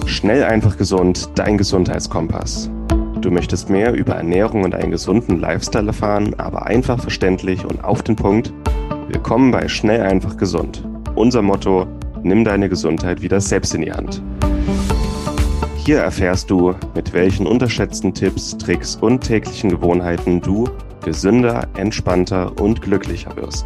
Schnell, einfach gesund, dein Gesundheitskompass. Du möchtest mehr über Ernährung und einen gesunden Lifestyle erfahren, aber einfach verständlich und auf den Punkt? Willkommen bei Schnell, einfach gesund. Unser Motto: Nimm deine Gesundheit wieder selbst in die Hand. Hier erfährst du, mit welchen unterschätzten Tipps, Tricks und täglichen Gewohnheiten du gesünder, entspannter und glücklicher wirst.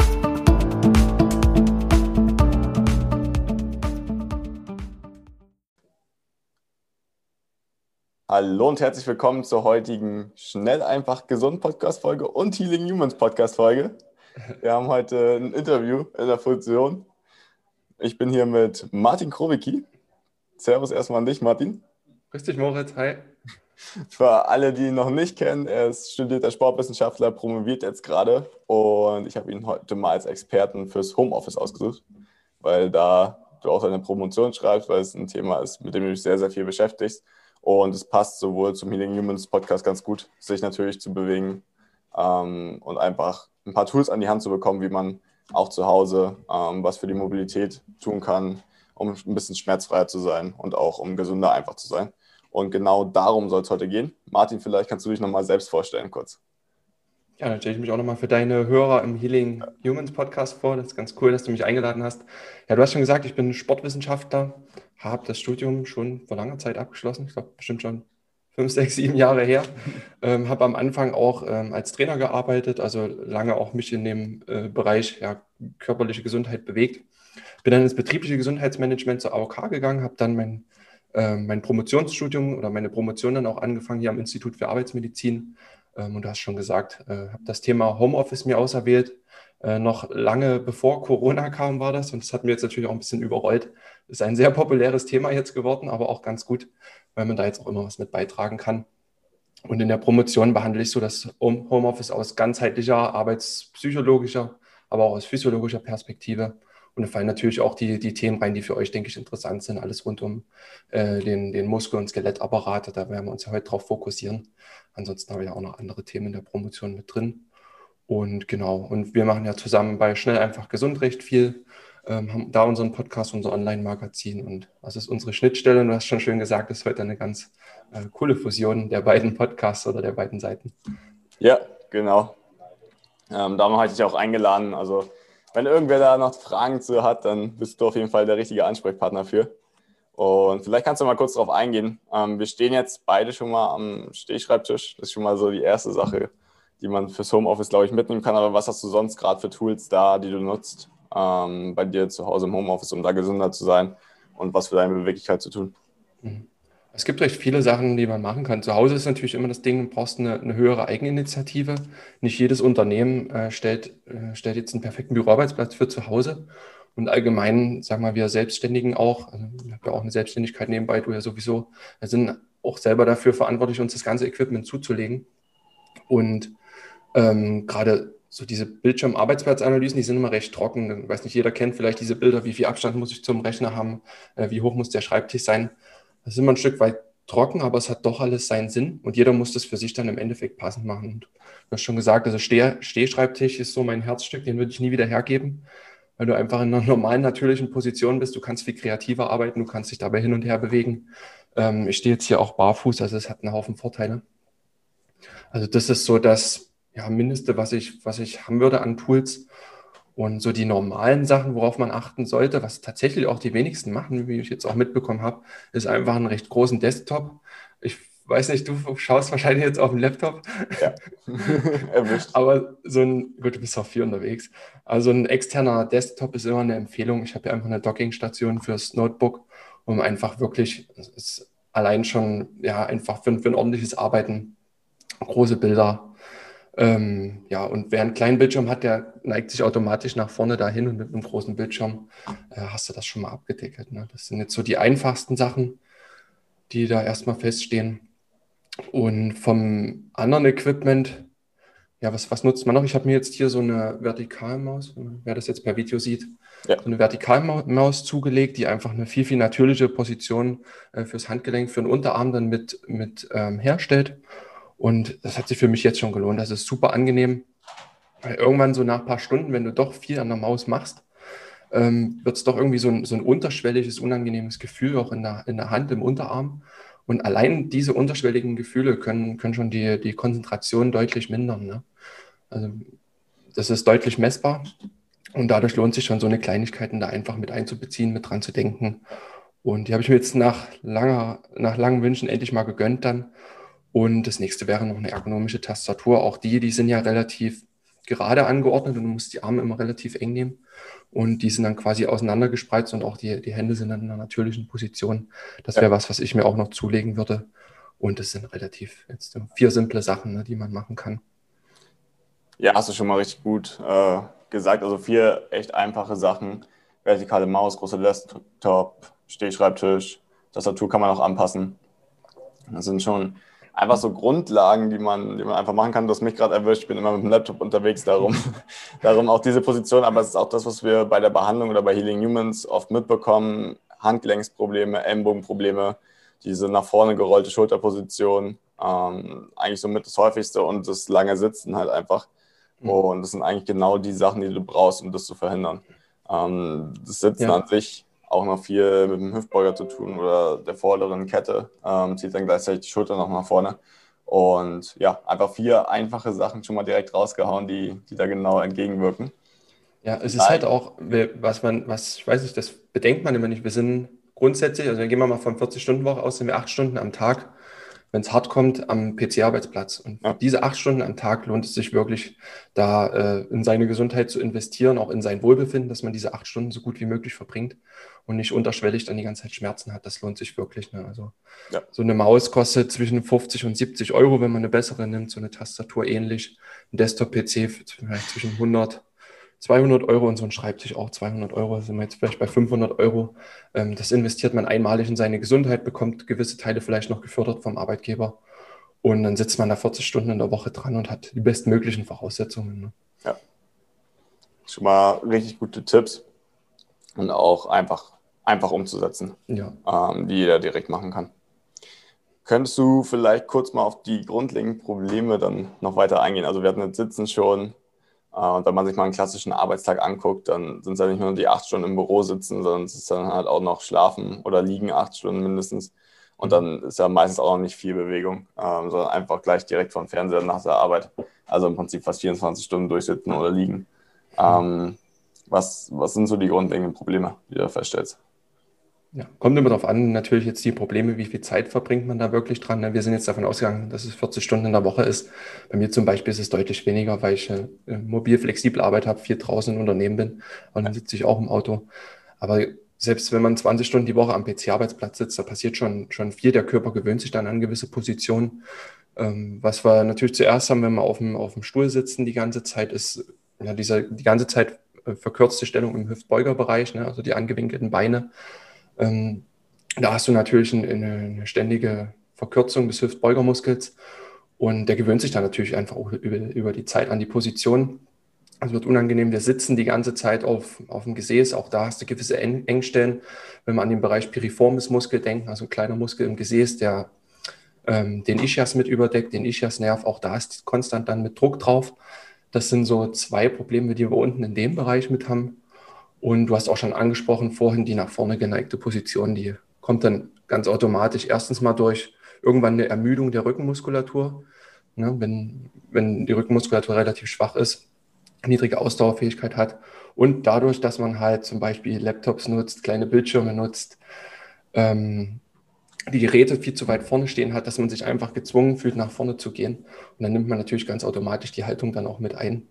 Hallo und herzlich willkommen zur heutigen Schnell, einfach gesund Podcast-Folge und Healing Humans Podcast-Folge. Wir haben heute ein Interview in der Funktion. Ich bin hier mit Martin Krowicki. Servus erstmal an dich, Martin. Grüß dich, Moritz. Hi. Für alle, die ihn noch nicht kennen, er ist studierter Sportwissenschaftler, promoviert jetzt gerade und ich habe ihn heute mal als Experten fürs Homeoffice ausgesucht, weil da du auch deine Promotion schreibst, weil es ein Thema ist, mit dem du dich sehr, sehr viel beschäftigst. Und es passt sowohl zum Healing Humans Podcast ganz gut, sich natürlich zu bewegen und einfach ein paar Tools an die Hand zu bekommen, wie man auch zu Hause was für die Mobilität tun kann, um ein bisschen schmerzfreier zu sein und auch um gesünder einfach zu sein. Und genau darum soll es heute gehen. Martin, vielleicht kannst du dich nochmal selbst vorstellen kurz. Ja, dann stelle ich mich auch nochmal für deine Hörer im Healing Humans Podcast vor. Das ist ganz cool, dass du mich eingeladen hast. Ja, du hast schon gesagt, ich bin Sportwissenschaftler, habe das Studium schon vor langer Zeit abgeschlossen. Ich glaube, bestimmt schon 5, 6, 7 Jahre her. Habe am Anfang auch als Trainer gearbeitet, also lange auch mich in dem Bereich körperliche Gesundheit bewegt. Bin dann ins betriebliche Gesundheitsmanagement zur AOK gegangen, habe dann mein Promotionsstudium oder meine Promotion dann auch angefangen hier am Institut für Arbeitsmedizin. Und du hast schon gesagt, habe das Thema Homeoffice mir auserwählt. Noch lange bevor Corona kam war das, und das hat mir jetzt natürlich auch ein bisschen überrollt. Ist ein sehr populäres Thema jetzt geworden, aber auch ganz gut, weil man da jetzt auch immer was mit beitragen kann. Und in der Promotion behandle ich so das Homeoffice aus ganzheitlicher, arbeitspsychologischer, aber auch aus physiologischer Perspektive. Und da fallen natürlich auch die Themen rein, die für euch, denke ich, interessant sind. Alles rund um den Muskel- und Skelettapparat. Da werden wir uns ja heute drauf fokussieren. Ansonsten habe ich auch noch andere Themen in der Promotion mit drin. Und genau, und wir machen ja zusammen bei Schnell, einfach gesund recht viel. Haben da unseren Podcast, unser Online-Magazin. Und das ist unsere Schnittstelle. Und du hast schon schön gesagt, das ist heute eine ganz coole Fusion der beiden Podcasts oder der beiden Seiten. Ja, genau. Darum habe ich dich auch eingeladen. Also wenn irgendwer da noch Fragen zu hat, dann bist du auf jeden Fall der richtige Ansprechpartner für. Und vielleicht kannst du mal kurz darauf eingehen. Wir stehen jetzt beide schon mal am Stehschreibtisch. Das ist schon mal so die erste Sache, die man fürs Homeoffice, glaube ich, mitnehmen kann. Aber was hast du sonst gerade für Tools da, die du nutzt bei dir zu Hause im Homeoffice, um da gesünder zu sein und was für deine Beweglichkeit zu tun? Es gibt recht viele Sachen, die man machen kann. Zu Hause ist natürlich immer das Ding, du brauchst eine höhere Eigeninitiative. Nicht jedes Unternehmen stellt jetzt einen perfekten Büroarbeitsplatz für zu Hause. Und allgemein, sagen wir, wir Selbstständigen auch, also ich habe ja auch eine Selbstständigkeit nebenbei, du ja sowieso, wir sind auch selber dafür verantwortlich, uns das ganze Equipment zuzulegen. Und gerade so diese Bildschirm-Arbeitsplatzanalysen, die sind immer recht trocken. Ich weiß nicht, jeder kennt vielleicht diese Bilder, wie viel Abstand muss ich zum Rechner haben, wie hoch muss der Schreibtisch sein. Das ist immer ein Stück weit trocken, aber es hat doch alles seinen Sinn und jeder muss das für sich dann im Endeffekt passend machen. Und du hast schon gesagt, also Stehschreibtisch ist so mein Herzstück, den würde ich nie wieder hergeben, weil du einfach in einer normalen, natürlichen Position bist. Du kannst viel kreativer arbeiten, du kannst dich dabei hin und her bewegen. Ich stehe jetzt hier auch barfuß, also es hat einen Haufen Vorteile. Also das ist so das Mindeste, was ich haben würde an Tools. Und so die normalen Sachen, worauf man achten sollte, was tatsächlich auch die wenigsten machen, wie ich jetzt auch mitbekommen habe, ist einfach einen recht großen Desktop. Ich weiß nicht, du schaust wahrscheinlich jetzt auf dem Laptop. Ja, erwischt. Aber gut, du bist auch viel unterwegs. Also ein externer Desktop ist immer eine Empfehlung. Ich habe ja einfach eine Dockingstation fürs Notebook, um einfach wirklich, es ist allein schon einfach für ein ordentliches Arbeiten, große Bilder. Und wer einen kleinen Bildschirm hat, der neigt sich automatisch nach vorne dahin und mit einem großen Bildschirm hast du das schon mal abgedeckelt. Ne? Das sind jetzt so die einfachsten Sachen, die da erstmal feststehen. Und vom anderen Equipment, was nutzt man noch? Ich habe mir jetzt hier so eine Vertikalmaus, wer das jetzt per Video sieht, Ja. so eine Vertikalmaus zugelegt, die einfach eine viel, viel natürliche Position fürs Handgelenk, für den Unterarm dann mit herstellt. Und das hat sich für mich jetzt schon gelohnt. Das ist super angenehm, weil irgendwann so nach ein paar Stunden, wenn du doch viel an der Maus machst, wird es doch irgendwie so ein unterschwelliges, unangenehmes Gefühl auch in der Hand, im Unterarm. Und allein diese unterschwelligen Gefühle können schon die Konzentration deutlich mindern. Ne? Also das ist deutlich messbar und dadurch lohnt sich schon so eine Kleinigkeiten da einfach mit einzubeziehen, mit dran zu denken. Und die habe ich mir jetzt nach langen Wünschen endlich mal gegönnt dann. Und das nächste wäre noch eine ergonomische Tastatur. Auch die sind ja relativ gerade angeordnet und du musst die Arme immer relativ eng nehmen. Und die sind dann quasi auseinandergespreizt und auch die Hände sind dann in einer natürlichen Position. Das wäre was ich mir auch noch zulegen würde. Und das sind relativ jetzt so 4 simple Sachen, ne, die man machen kann. Ja, hast du schon mal richtig gut gesagt. Also 4 echt einfache Sachen. Vertikale Maus, großer Desktop, Stehschreibtisch, Tastatur kann man auch anpassen. Das sind schon einfach so Grundlagen, die man einfach machen kann. Du hast mich gerade erwischt, ich bin immer mit dem Laptop unterwegs, darum auch diese Position. Aber es ist auch das, was wir bei der Behandlung oder bei Healing Humans oft mitbekommen. Handgelenksprobleme, Ellenbogenprobleme, diese nach vorne gerollte Schulterposition, eigentlich somit das häufigste und das lange Sitzen halt einfach. Und das sind eigentlich genau die Sachen, die du brauchst, um das zu verhindern. Das Sitzen an sich auch noch viel mit dem Hüftbeuger zu tun oder der vorderen Kette, zieht dann gleichzeitig die Schulter noch nach vorne. Und ja, einfach 4 einfache Sachen schon mal direkt rausgehauen, die da genau entgegenwirken. Ja, es ist halt auch, ich weiß nicht, das bedenkt man immer nicht. Wir sind grundsätzlich, also gehen wir mal von 40-Stunden-Woche aus, sind wir 8 Stunden am Tag, wenn es hart kommt, am PC-Arbeitsplatz. Und für diese 8 Stunden am Tag lohnt es sich wirklich, da in seine Gesundheit zu investieren, auch in sein Wohlbefinden, dass man diese 8 Stunden so gut wie möglich verbringt und nicht unterschwellig dann die ganze Zeit Schmerzen hat. Das lohnt sich wirklich. Ne? Also so eine Maus kostet zwischen 50 und 70 Euro, wenn man eine bessere nimmt, so eine Tastatur ähnlich. Ein Desktop-PC vielleicht zwischen 200 Euro und so ein Schreibtisch auch 200 Euro, sind wir jetzt vielleicht bei 500 Euro. Das investiert man einmalig in seine Gesundheit, bekommt gewisse Teile vielleicht noch gefördert vom Arbeitgeber und dann sitzt man da 40 Stunden in der Woche dran und hat die bestmöglichen Voraussetzungen. Ne? Ja, schon mal richtig gute Tipps und auch einfach umzusetzen, die jeder direkt machen kann. Könntest du vielleicht kurz mal auf die grundlegenden Probleme dann noch weiter eingehen? Also wir hatten jetzt Sitzen schon. Und wenn man sich mal einen klassischen Arbeitstag anguckt, dann sind es ja nicht nur die 8 Stunden im Büro sitzen, sondern es ist dann halt auch noch Schlafen oder Liegen 8 Stunden mindestens. Und dann ist ja meistens auch noch nicht viel Bewegung, sondern einfach gleich direkt vom Fernseher nach der Arbeit. Also im Prinzip fast 24 Stunden durchsitzen oder liegen. Was sind so die grundlegenden Probleme, die du feststellst? Ja, kommt immer darauf an, natürlich jetzt die Probleme, wie viel Zeit verbringt man da wirklich dran. Wir sind jetzt davon ausgegangen, dass es 40 Stunden in der Woche ist. Bei mir zum Beispiel ist es deutlich weniger, weil ich mobil flexibel Arbeit habe, viel draußen im Unternehmen bin und dann sitze ich auch im Auto. Aber selbst wenn man 20 Stunden die Woche am PC-Arbeitsplatz sitzt, da passiert schon viel. Der Körper gewöhnt sich dann an gewisse Positionen. Was wir natürlich zuerst haben, wenn wir auf dem Stuhl sitzen die ganze Zeit, ist ja die ganze Zeit verkürzte Stellung im Hüftbeugerbereich, ne? Also die angewinkelten Beine. Da hast du natürlich eine ständige Verkürzung des Hüftbeugermuskels und der gewöhnt sich dann natürlich einfach auch über die Zeit an die Position. Es wird unangenehm, wir sitzen die ganze Zeit auf dem Gesäß, auch da hast du gewisse Engstellen, wenn wir an den Bereich Piriformis-Muskel denken, also ein kleiner Muskel im Gesäß, der den Ischias mit überdeckt, den Ischiasnerv, auch da ist konstant dann mit Druck drauf. Das sind so 2 Probleme, die wir unten in dem Bereich mit haben. Und du hast auch schon angesprochen vorhin, die nach vorne geneigte Position, die kommt dann ganz automatisch erstens mal durch irgendwann eine Ermüdung der Rückenmuskulatur. Ne, wenn die Rückenmuskulatur relativ schwach ist, niedrige Ausdauerfähigkeit hat und dadurch, dass man halt zum Beispiel Laptops nutzt, kleine Bildschirme nutzt, die Geräte viel zu weit vorne stehen hat, dass man sich einfach gezwungen fühlt, nach vorne zu gehen. Und dann nimmt man natürlich ganz automatisch die Haltung dann auch mit ein.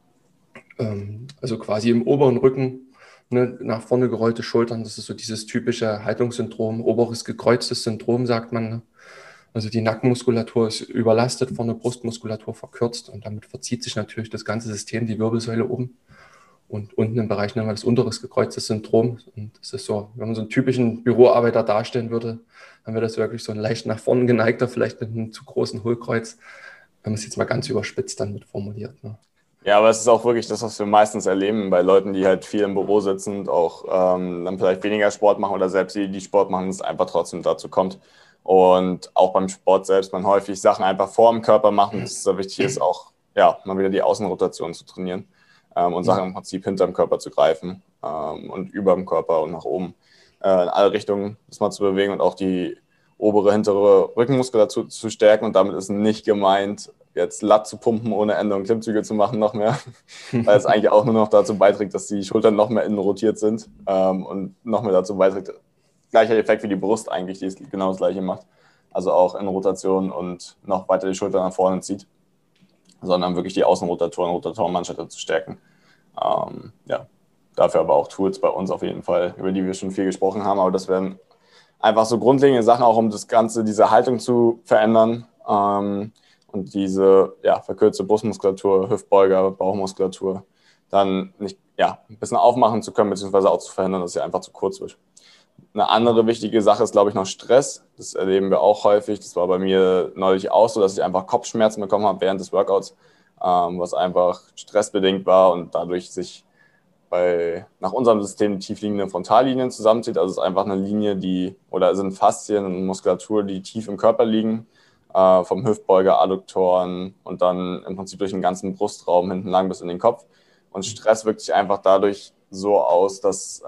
Also quasi im oberen Rücken, ne, nach vorne gerollte Schultern, das ist so dieses typische Haltungssyndrom, oberes gekreuztes Syndrom, sagt man. Ne? Also die Nackenmuskulatur ist überlastet, vorne Brustmuskulatur verkürzt und damit verzieht sich natürlich das ganze System, die Wirbelsäule oben. Und unten im Bereich nennen wir das unteres gekreuztes Syndrom. Und das ist so, wenn man so einen typischen Büroarbeiter darstellen würde, dann wäre das wirklich so ein leicht nach vorne geneigter, vielleicht mit einem zu großen Hohlkreuz, wenn man es jetzt mal ganz überspitzt dann mit formuliert. Ne? Ja, aber es ist auch wirklich das, was wir meistens erleben bei Leuten, die halt viel im Büro sitzen und auch dann vielleicht weniger Sport machen oder selbst die Sport machen, dass es einfach trotzdem dazu kommt. Und auch beim Sport selbst man häufig Sachen einfach vor dem Körper machen, dass es so wichtig ist, auch mal wieder die Außenrotation zu trainieren. und Sachen im Prinzip hinterm Körper zu greifen und über dem Körper und nach oben in alle Richtungen das mal zu bewegen und auch die obere, hintere Rückenmuskulatur zu stärken. Und damit ist nicht gemeint, jetzt Lat zu pumpen ohne Ende und Klimmzüge zu machen noch mehr, weil es eigentlich auch nur noch dazu beiträgt, dass die Schultern noch mehr innen rotiert sind und noch mehr dazu beiträgt, gleicher Effekt wie die Brust eigentlich, die genau das gleiche macht. Also auch in Rotation und noch weiter die Schultern nach vorne zieht, sondern wirklich die Außenrotatoren, Rotatorenmanschette zu stärken. Dafür aber auch Tools bei uns auf jeden Fall, über die wir schon viel gesprochen haben, aber das wären einfach so grundlegende Sachen, auch um das Ganze, diese Haltung zu verändern und diese verkürzte Brustmuskulatur, Hüftbeuger, Bauchmuskulatur dann nicht ein bisschen aufmachen zu können, beziehungsweise auch zu verhindern, dass sie einfach zu kurz wird. Eine andere wichtige Sache ist, glaube ich, noch Stress. Das erleben wir auch häufig. Das war bei mir neulich auch so, dass ich einfach Kopfschmerzen bekommen habe während des Workouts, was einfach stressbedingt war und dadurch sich nach unserem System tiefliegende Frontallinien zusammenzieht. Also es ist einfach eine Linie, es sind Faszien und Muskulatur, die tief im Körper liegen, vom Hüftbeuger, Adduktoren und dann im Prinzip durch den ganzen Brustraum hinten lang bis in den Kopf. Und Stress wirkt sich einfach dadurch so aus, dass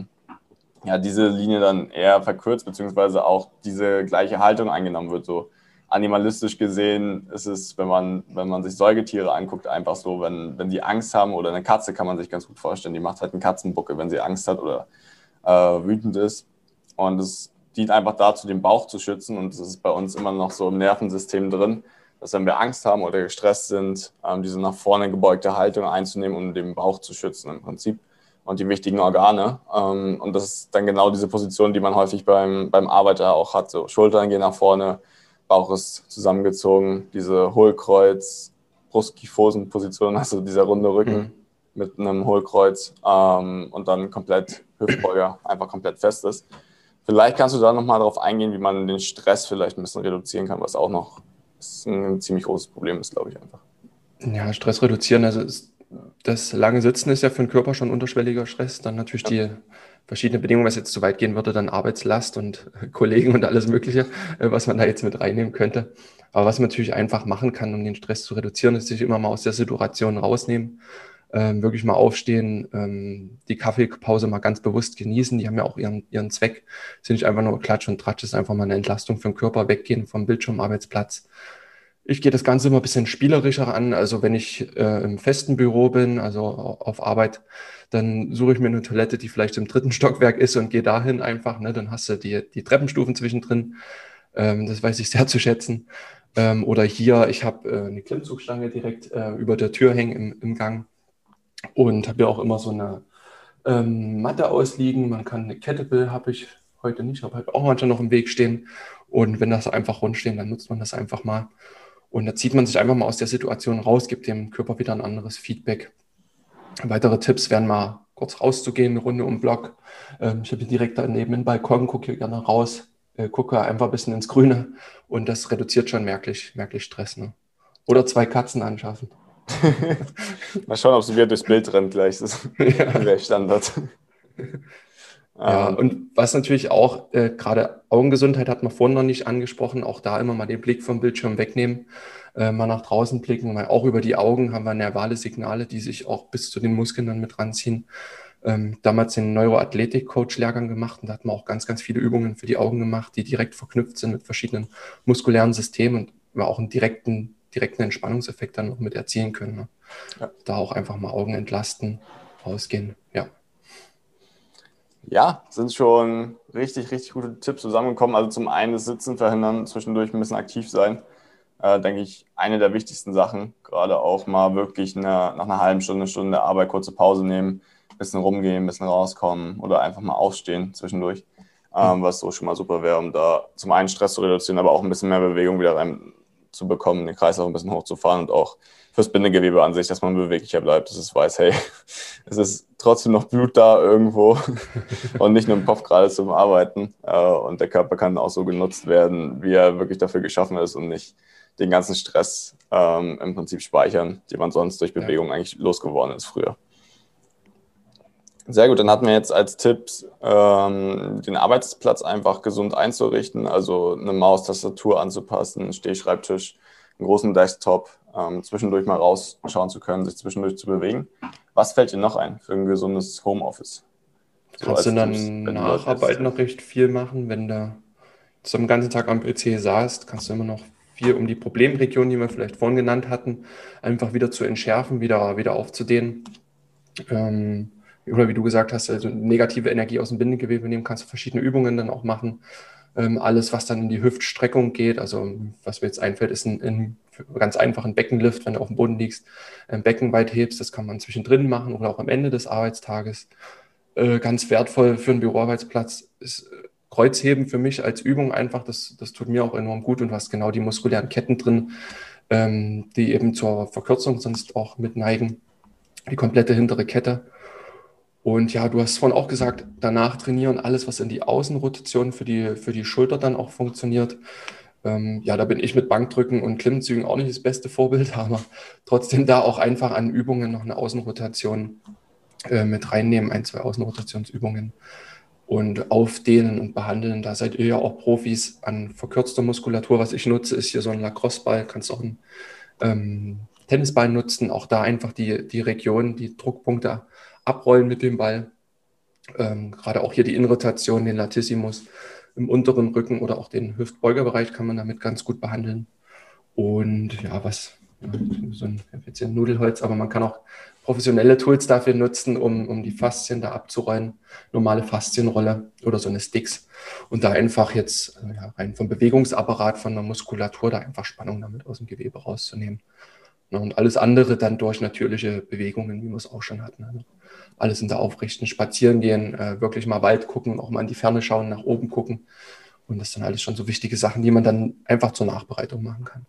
diese Linie dann eher verkürzt, beziehungsweise auch diese gleiche Haltung eingenommen wird. So animalistisch gesehen ist es, wenn man sich Säugetiere anguckt, einfach so, wenn die Angst haben, oder eine Katze kann man sich ganz gut vorstellen, die macht halt einen Katzenbuckel, wenn sie Angst hat oder wütend ist. Und es dient einfach dazu, den Bauch zu schützen. Und das ist bei uns immer noch so im Nervensystem drin, dass wenn wir Angst haben oder gestresst sind, diese nach vorne gebeugte Haltung einzunehmen, um den Bauch zu schützen im Prinzip und die wichtigen Organe. Und das ist dann genau diese Position, die man häufig beim Arbeiter auch hat. So Schultern gehen nach vorne, Bauch ist zusammengezogen, diese Hohlkreuz, Brustkiefosen-Position, also dieser runde Rücken mit einem Hohlkreuz und dann komplett Hüftbeuger, einfach komplett fest ist. Vielleicht kannst du da nochmal darauf eingehen, wie man den Stress vielleicht ein bisschen reduzieren kann, was auch noch ein ziemlich großes Problem ist, glaube ich einfach. Ja, Stress reduzieren, also das lange Sitzen ist ja für den Körper schon unterschwelliger Stress. Dann natürlich die verschiedenen Bedingungen, was jetzt zu weit gehen würde, dann Arbeitslast und Kollegen und alles Mögliche, was man da jetzt mit reinnehmen könnte. Aber was man natürlich einfach machen kann, um den Stress zu reduzieren, ist sich immer mal aus der Situation rausnehmen, wirklich mal aufstehen, die Kaffeepause mal ganz bewusst genießen. Die haben ja auch ihren Zweck. Ist nicht einfach nur Klatsch und Tratsch, ist einfach mal eine Entlastung für den Körper, weggehen vom Bildschirm, Arbeitsplatz. Ich gehe das Ganze immer ein bisschen spielerischer an. Also wenn ich im festen Büro bin, also auf Arbeit, dann suche ich mir eine Toilette, die vielleicht im 3. Stockwerk ist und gehe dahin einfach. Ne? Dann hast du die Treppenstufen zwischendrin. Das weiß ich sehr zu schätzen. Oder hier, ich habe eine Klimmzugstange direkt über der Tür hängen im Gang und habe ja auch immer so eine Matte ausliegen. Man kann eine Kettlebell, habe ich heute nicht, aber halt auch manchmal noch im Weg stehen. Und wenn das einfach rund stehen, dann nutzt man das einfach mal. Und da zieht man sich einfach mal aus der Situation raus, gibt dem Körper wieder ein anderes Feedback. Weitere Tipps wären mal kurz rauszugehen, eine Runde um den Block. Ich habe hier direkt daneben einen Balkon, gucke hier gerne raus, gucke einfach ein bisschen ins Grüne und das reduziert schon merklich Stress. Ne? Oder 2 Katzen anschaffen. Mal schauen, ob sie wieder durchs Bild rennt gleich. Das wäre Standard. Ja, und was natürlich auch, gerade Augengesundheit hat man vorhin noch nicht angesprochen, auch da immer mal den Blick vom Bildschirm wegnehmen, mal nach draußen blicken, weil auch über die Augen haben wir nervale Signale, die sich auch bis zu den Muskeln dann mit ranziehen. Damals den Neuroathletik-Coach-Lehrgang gemacht und da hat man auch ganz, ganz viele Übungen für die Augen gemacht, die direkt verknüpft sind mit verschiedenen muskulären Systemen und wir auch einen direkten Entspannungseffekt dann noch mit erzielen können. Ne? Ja. Da auch einfach mal Augen entlasten, rausgehen, ja. Ja, sind schon richtig, richtig gute Tipps zusammengekommen. Also zum einen das Sitzen verhindern, zwischendurch ein bisschen aktiv sein. Denke ich, eine der wichtigsten Sachen. Gerade auch mal wirklich nach einer halben Stunde Arbeit kurze Pause nehmen, ein bisschen rumgehen, ein bisschen rauskommen oder einfach mal aufstehen zwischendurch. Was so schon mal super wäre, um da zum einen Stress zu reduzieren, aber auch ein bisschen mehr Bewegung wieder reinzubekommen, den Kreislauf ein bisschen hochzufahren und auch fürs Bindegewebe an sich, dass man beweglicher bleibt, dass es weiß, hey, es ist trotzdem noch Blut da irgendwo und nicht nur im Kopf gerade zum Arbeiten. Und der Körper kann auch so genutzt werden, wie er wirklich dafür geschaffen ist und nicht den ganzen Stress im Prinzip speichern, den man sonst durch Bewegung eigentlich losgeworden ist früher. Sehr gut, dann hatten wir jetzt als Tipps, den Arbeitsplatz einfach gesund einzurichten, also eine Maustastatur anzupassen, einen Stehschreibtisch, einen großen Desktop, zwischendurch mal rausschauen zu können, sich zwischendurch zu bewegen. Was fällt dir noch ein für ein gesundes Homeoffice? Kannst du dann Nacharbeit noch recht viel machen, wenn du so den ganzen Tag am PC saßt, kannst du immer noch viel um die Problemregionen, die wir vielleicht vorhin genannt hatten, einfach wieder zu entschärfen, wieder aufzudehnen. Oder wie du gesagt hast, also negative Energie aus dem Bindegewebe nehmen, kannst du verschiedene Übungen dann auch machen. Alles, was dann in die Hüftstreckung geht, also was mir jetzt einfällt, ist ein ganz einfachen Beckenlift, wenn du auf dem Boden liegst, Becken weit hebst, das kann man zwischendrin machen oder auch am Ende des Arbeitstages. Ganz wertvoll für einen Büroarbeitsplatz ist Kreuzheben für mich als Übung einfach, das tut mir auch enorm gut und du hast genau die muskulären Ketten drin, die eben zur Verkürzung sonst auch mit neigen, die komplette hintere Kette. Und ja, du hast vorhin auch gesagt, danach trainieren, alles, was in die Außenrotation für die Schulter dann auch funktioniert. Ja, da bin ich mit Bankdrücken und Klimmzügen auch nicht das beste Vorbild, aber trotzdem da auch einfach an Übungen noch eine Außenrotation mit reinnehmen, 1, 2 Außenrotationsübungen und aufdehnen und behandeln. Da seid ihr ja auch Profis an verkürzter Muskulatur. Was ich nutze, ist hier so ein Lacrosse-Ball, kannst auch einen Tennisball nutzen, auch da einfach die Region, die Druckpunkte abrollen mit dem Ball. Gerade auch hier die Innenrotation, den Latissimus im unteren Rücken oder auch den Hüftbeugerbereich kann man damit ganz gut behandeln. Und ja, so ein Nudelholz, aber man kann auch professionelle Tools dafür nutzen, um die Faszien da abzurollen. Normale Faszienrolle oder so eine Sticks. Und da einfach jetzt rein vom Bewegungsapparat, von der Muskulatur, da einfach Spannung damit aus dem Gewebe rauszunehmen. Und alles andere dann durch natürliche Bewegungen, wie wir es auch schon hatten. Also alles in der Aufrichten, spazieren gehen, wirklich mal Wald gucken und auch mal in die Ferne schauen, nach oben gucken. Und das sind alles schon so wichtige Sachen, die man dann einfach zur Nachbereitung machen kann.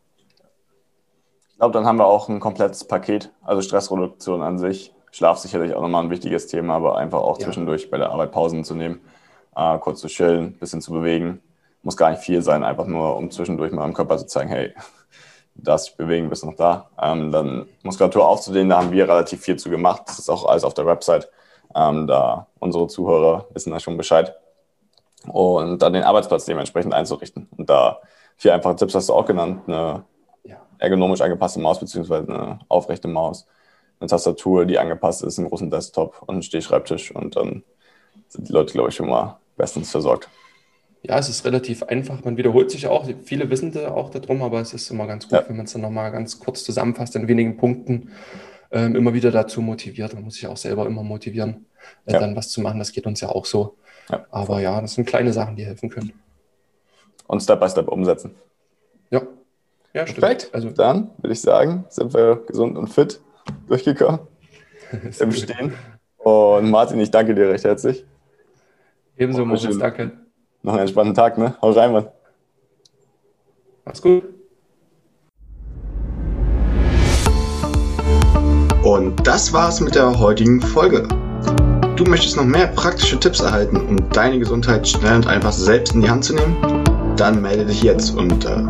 Ich glaube, dann haben wir auch ein komplettes Paket, also Stressreduktion an sich. Schlaf sicherlich auch nochmal ein wichtiges Thema, aber einfach auch zwischendurch bei der Arbeit Pausen zu nehmen, kurz zu chillen, ein bisschen zu bewegen. Muss gar nicht viel sein, einfach nur, um zwischendurch mal am Körper zu zeigen, hey, du darfst dich bewegen, bist noch da. Dann Muskulatur aufzudehnen, da haben wir relativ viel zu gemacht. Das ist auch alles auf der Website. Da unsere Zuhörer wissen da schon Bescheid. Und dann den Arbeitsplatz dementsprechend einzurichten. Und da 4 einfache Tipps hast du auch genannt. Eine ergonomisch angepasste Maus beziehungsweise eine aufrechte Maus. Eine Tastatur, die angepasst ist, einen großen Desktop und einen Stehschreibtisch. Und dann sind die Leute, glaube ich, schon mal bestens versorgt. Ja, es ist relativ einfach. Man wiederholt sich auch. Viele wissen da auch darum, aber es ist immer ganz gut, wenn man es dann nochmal ganz kurz zusammenfasst, in wenigen Punkten immer wieder dazu motiviert. Man muss sich auch selber immer motivieren, dann was zu machen. Das geht uns ja auch so. Ja. Aber ja, das sind kleine Sachen, die helfen können. Und Step by Step umsetzen. Ja, stimmt. Perfekt. Also, dann würde ich sagen, sind wir gesund und fit durchgekommen im Stehen. Und Martin, ich danke dir recht herzlich. Ebenso, Moritz, danke. Noch einen entspannten Tag, ne? Hau rein, Mann. Mach's gut. Und das war's mit der heutigen Folge. Du möchtest noch mehr praktische Tipps erhalten, um deine Gesundheit schnell und einfach selbst in die Hand zu nehmen? Dann melde dich jetzt unter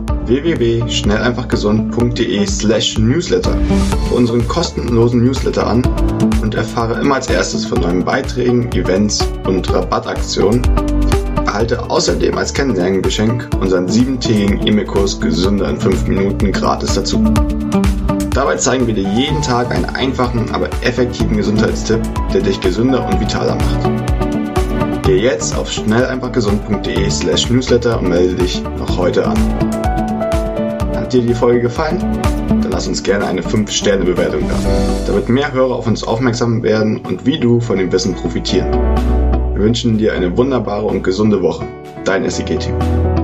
www.schnelleinfachgesund.de/newsletter für unseren kostenlosen Newsletter an und erfahre immer als erstes von neuen Beiträgen, Events und Rabattaktionen. Erhalte außerdem als Kennenlerngeschenk unseren 7-tägigen E-Mail-Kurs Gesünder in 5 Minuten gratis dazu. Dabei zeigen wir dir jeden Tag einen einfachen, aber effektiven Gesundheitstipp, der dich gesünder und vitaler macht. Geh jetzt auf schnelleinfachgesund.de/newsletter und melde dich noch heute an. Hat dir die Folge gefallen? Dann lass uns gerne eine 5-Sterne-Bewertung da, damit mehr Hörer auf uns aufmerksam werden und wie du von dem Wissen profitieren. Wir wünschen dir eine wunderbare und gesunde Woche. Dein SEG-Team.